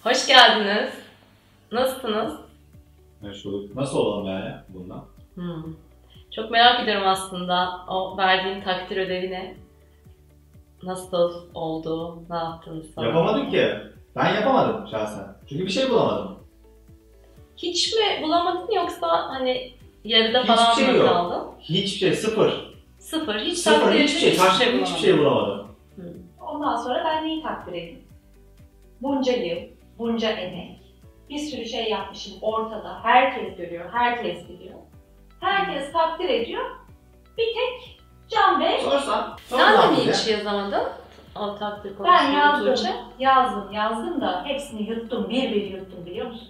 Hoş geldiniz. Nasılsınız? Hoş bulduk. Nasıl olalım yani bundan? Çok merak ediyorum aslında o verdiğin takdir ödevine. Nasıl oldu, ne yaptınız falan. Yapamadım ki. Ben yapamadım şahsen. Çünkü bir şey bulamadım. Hiç mi bulamadın yoksa hani yarıda falan Hiçbir şey mı yok. kaldın? Hiçbir şey, sıfır. Sıfır, hiç Sıfır, takdir hiçbir şey. Hiçbir şey bulamadım. Ondan sonra ben neyi takdir edeyim? Bunca yıl, bunca emek, bir sürü şey yapmışım ortada. Herkes görüyor, herkes biliyor. Herkes takdir ediyor. Bir tek Can Bey. Sorsan Sen de mi hiç yazamadın? O takdir konusunu. Ben yazdım da hepsini yuttum, bir yuttum biliyor musunuz?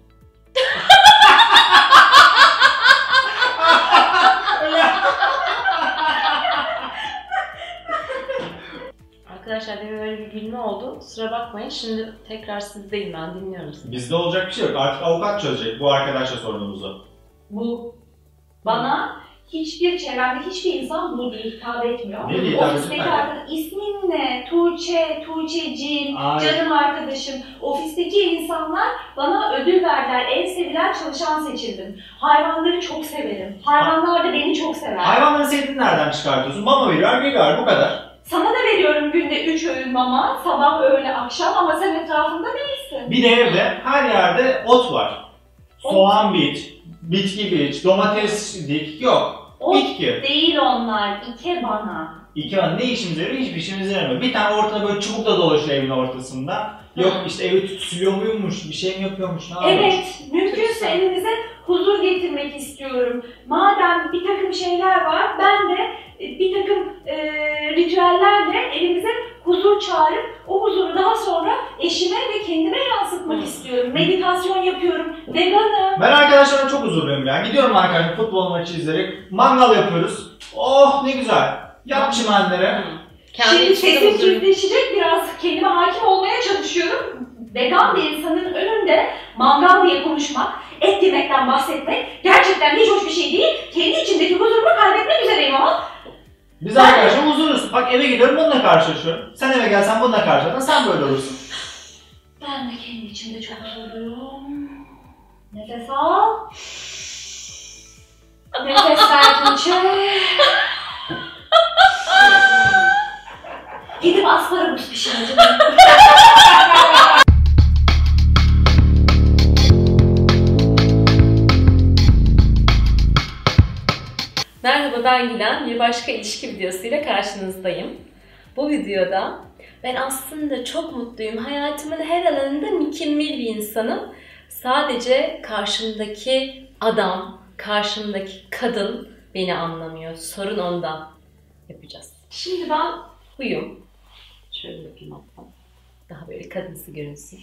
Arkadaşlar benim öyle bir gülme oldu. Kusura bakmayın. Şimdi tekrar sizdeyim, ben dinliyorum sizi. Bizde olacak bir şey yok. Artık avukat çözecek bu arkadaşla sorunumuzu. Bu bana hiçbir çevremde hiçbir insan bu diye hitap etmiyor. Ne diye hitap Ofisteki etmiyor? arkadaş, ismin ne? Tuğçe, Tuğçeciğim, Ay. canım arkadaşım. Ofisteki insanlar bana ödül verdiler. En sevilen çalışan seçildim. Hayvanları çok severim. Hayvanlar da beni çok sever. Hayvanları sevdiğini nereden çıkartıyorsun? Mama veriyor, geliyor bu kadar. Sana da veriyorum günde 3 öğün mama, sabah, öğle, akşam ama sen etrafında değilsin. Bir de evde her yerde ot var. Soğan bit, bitki bit, domates dik, yok. O Bitki. değil onlar, ike bana. İki an ne işimize yarıyor? Hiçbir işimize yaramıyor. Bir tane ortada böyle çubukla dolaşıyor evin ortasında. Yok işte evi siliyor muymuş, bir şey mi yapıyormuş, ne yapıyormuş? Evet, mümkünse evimize huzur getirmek istiyorum. Madem bir takım şeyler var, ben de bir takım ritüellerle evimize huzur çağırıp o huzuru daha sonra eşime ve kendime yansıtmak istiyorum. Meditasyon yapıyorum, veganım. Ben arkadaşlarımla çok huzurluyum ya. Gidiyorum arkadaşlar futbol maçı izleyerek. Mangal yapıyoruz. Oh ne güzel. Yap çimenlere. Şimdi sesim tüzleşecek, biraz kendime hakim olmaya çalışıyorum. Vegan bir insanın önünde mangal diye konuşmak, et yemekten bahsetmek gerçekten hiç hoş bir şey değil. Kendi içimdeki huzurumu kaybetmek üzereyim ama. Biz arkadaşlar huzuruz. Bak eve gidiyorum bununla karşılaşıyorum. Sen eve gelsen bununla karşılaşsan sen böyle olursun. Ben de kendi içimde çok huzurluyum. Nefes al. Nefes ver Tuğçe. Gidip asparagus pişireceğim. Merhaba, ben Gülen. Bir başka ilişki videosuyla karşınızdayım. Bu videoda ben aslında çok mutluyum. Hayatımın her alanında mükemmel bir insanım. Sadece karşımdaki adam, karşımdaki kadın beni anlamıyor. Sorun ondan yapacağız. Şimdi ben huyum. Şöyle yapayım hatta. Daha böyle kadınsı görünsün.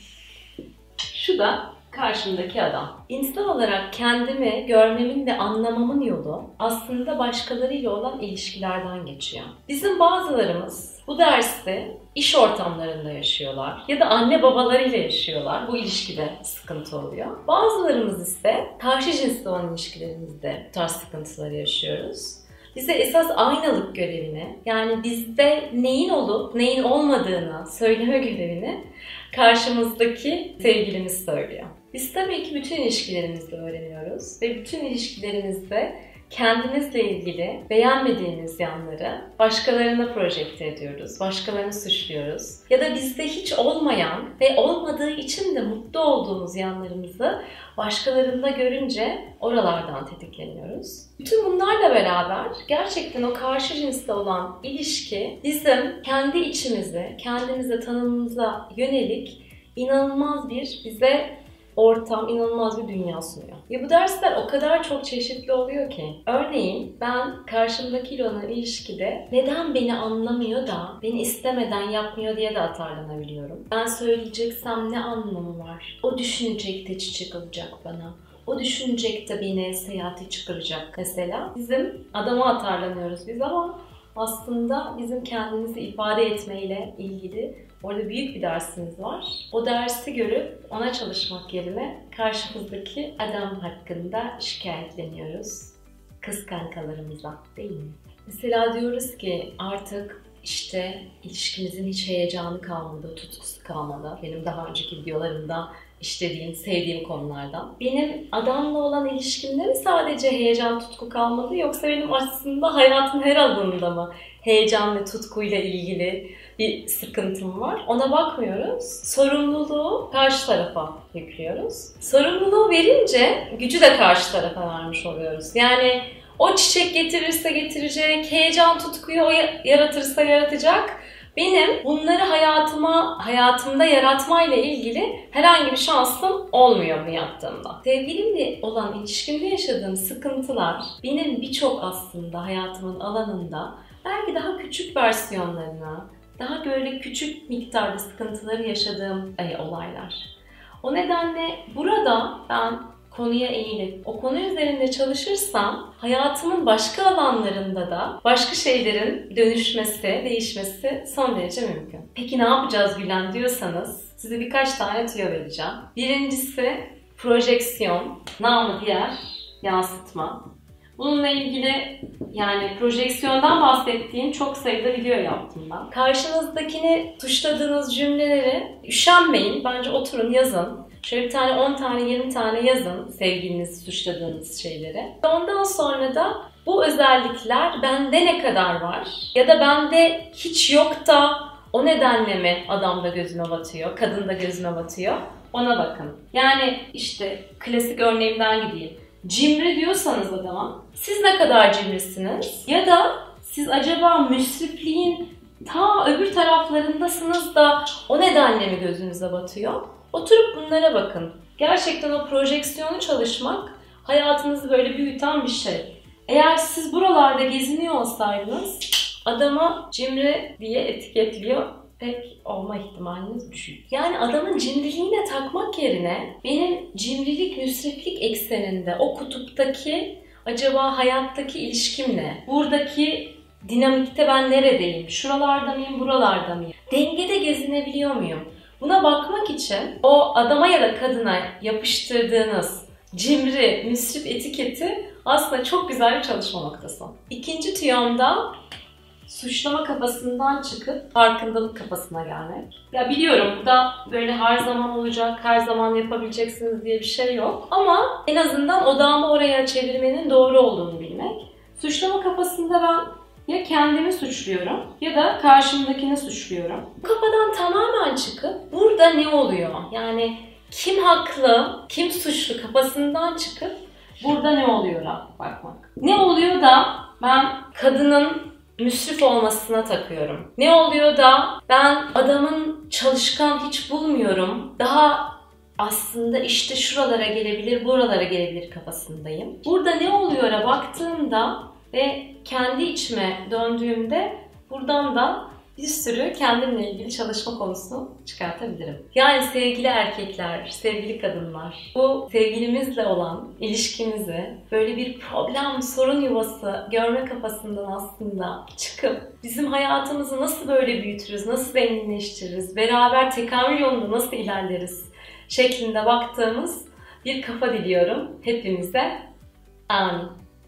Şu da karşımdaki adam. İnsan olarak kendimi görmemin ve anlamamın yolu aslında başkalarıyla olan ilişkilerden geçiyor. Bizim bazılarımız bu dersi iş ortamlarında yaşıyorlar ya da anne babalarıyla yaşıyorlar. Bu ilişkide sıkıntı oluyor. Bazılarımız ise karşı cinsle olan ilişkilerimizde bu tarz sıkıntıları yaşıyoruz. Bize esas aynalık görevini, yani bizde neyin olup neyin olmadığını söyleme görevini karşımızdaki sevgilimiz söylüyor. Biz tabii ki bütün ilişkilerimizde öğreniyoruz ve bütün ilişkilerimizde kendimizle ilgili beğenmediğimiz yanları başkalarına projekte ediyoruz, başkalarını suçluyoruz. Ya da bizde hiç olmayan ve olmadığı için de mutlu olduğumuz yanlarımızı başkalarında görünce oralardan tetikleniyoruz. Bütün bunlarla beraber gerçekten o karşı cinsle olan ilişki bizim kendi içimizi, kendimize tanımımıza yönelik inanılmaz bir bize ortam, inanılmaz bir dünya sunuyor. Ya bu dersler o kadar çok çeşitli oluyor ki. Örneğin ben karşımdakiyle olan ilişkide neden beni anlamıyor da beni istemeden yapmıyor diye de atarlanabiliyorum. Ben söyleyeceksem ne anlamı var? O düşünecek de çiçek alacak bana. O düşünecek de beni seyahate çıkaracak mesela. Bizim adama atarlanıyoruz biz ama aslında bizim kendimizi ifade etmeyle ilgili orada büyük bir dersimiz var. O dersi görüp ona çalışmak yerine karşımızdaki adam hakkında şikayetleniyoruz. Kız kankalarımıza, değil mi? Mesela diyoruz ki artık işte ilişkimizin hiç heyecanı kalmadı, tutkusu kalmadı. Benim daha önceki videolarımda işlediğim, sevdiğim konulardan. Benim adamla olan ilişkimde mi sadece heyecan, tutku kalmadı, yoksa benim aslında hayatın her alanında mı heyecan ve tutkuyla ilgili bir sıkıntım var? Ona bakmıyoruz. Sorumluluğu karşı tarafa yüklüyoruz. Sorumluluğu verince gücü de karşı tarafa vermiş oluyoruz. Yani o çiçek getirirse getirecek, heyecan, tutkuyu o yaratırsa yaratacak. Benim bunları hayatımda yaratmayla ilgili herhangi bir şansım olmuyor bu yaptığımda. Sevgilimle olan ilişkimde yaşadığım sıkıntılar benim birçok aslında hayatımın alanında belki daha küçük versiyonlarına, daha böyle küçük miktarda sıkıntıları yaşadığım olaylar. O nedenle burada ben konuya eğilip o konu üzerinde çalışırsam hayatımın başka alanlarında da başka şeylerin dönüşmesi, değişmesi son derece mümkün. Peki ne yapacağız Gülen diyorsanız size birkaç tane tüyo vereceğim. Birincisi projeksiyon, namı diğer yansıtma. Bununla ilgili yani projeksiyondan bahsettiğim çok sayıda video yaptım ben. Karşınızdakini suçladığınız cümleleri üşenmeyin, bence oturun yazın. Şöyle bir tane 10 tane 20 tane yazın sevgilinizi suçladığınız şeyleri. Ondan sonra da bu özellikler bende ne kadar var ya da bende hiç yok da o nedenle mi adam da gözüme batıyor, kadın da gözüme batıyor, ona bakın. Yani işte klasik örneğimden gideyim. Cimri diyorsanız adama siz ne kadar cimrisiniz ya da siz acaba müsrifliğin ta öbür taraflarındasınız da o nedenle mi gözünüze batıyor? Oturup bunlara bakın. Gerçekten o projeksiyonu çalışmak hayatınızı böyle büyüten bir şey. Eğer siz buralarda geziniyor olsaydınız adama cimri diye etiketliyor pek olma ihtimaliniz düşük. Yani adamın cimriliğine takmak yerine benim cimrilik, müsriflik ekseninde o kutuptaki acaba hayattaki ilişkim ne? Buradaki dinamikte ben neredeyim? Şuralarda mıyım, buralarda mıyım? Dengede gezinebiliyor muyum? Buna bakmak için o adama ya da kadına yapıştırdığınız cimri, müsrif etiketi aslında çok güzel bir çalışma noktası. İkinci tüyomda suçlama kafasından çıkıp farkındalık kafasına gelmek. Ya biliyorum bu da böyle her zaman olacak, her zaman yapabileceksiniz diye bir şey yok. Ama en azından odağımı oraya çevirmenin doğru olduğunu bilmek. Suçlama kafasında ben ya kendimi suçluyorum ya da karşımdakini suçluyorum. Bu kafadan tamamen çıkıp burada ne oluyor? Yani kim haklı, kim suçlu kafasından çıkıp burada ne oluyor bakmak. Ne oluyor da ben kadının müsrif olmasına takıyorum. Ne oluyor da ben adamın çalışkan hiç bulmuyorum. Daha aslında işte şuralara gelebilir, buralara gelebilir kafasındayım. Burada ne oluyor'a baktığımda ve kendi içime döndüğümde buradan da bir sürü kendimle ilgili çalışma konusu çıkartabilirim. Yani sevgili erkekler, sevgili kadınlar, bu sevgilimizle olan ilişkimizi böyle bir problem, sorun yuvası görme kafasından aslında çıkıp bizim hayatımızı nasıl böyle büyütürüz, nasıl zenginleştiririz, beraber tekamül yolunda nasıl ilerleriz şeklinde baktığımız bir kafa diliyorum hepimize. Amin.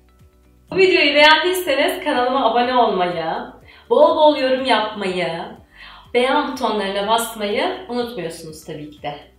Bu videoyu beğendiyseniz kanalıma abone olmayı, bol bol yorum yapmayı, beğen butonlarına basmayı unutmuyorsunuz tabii ki de.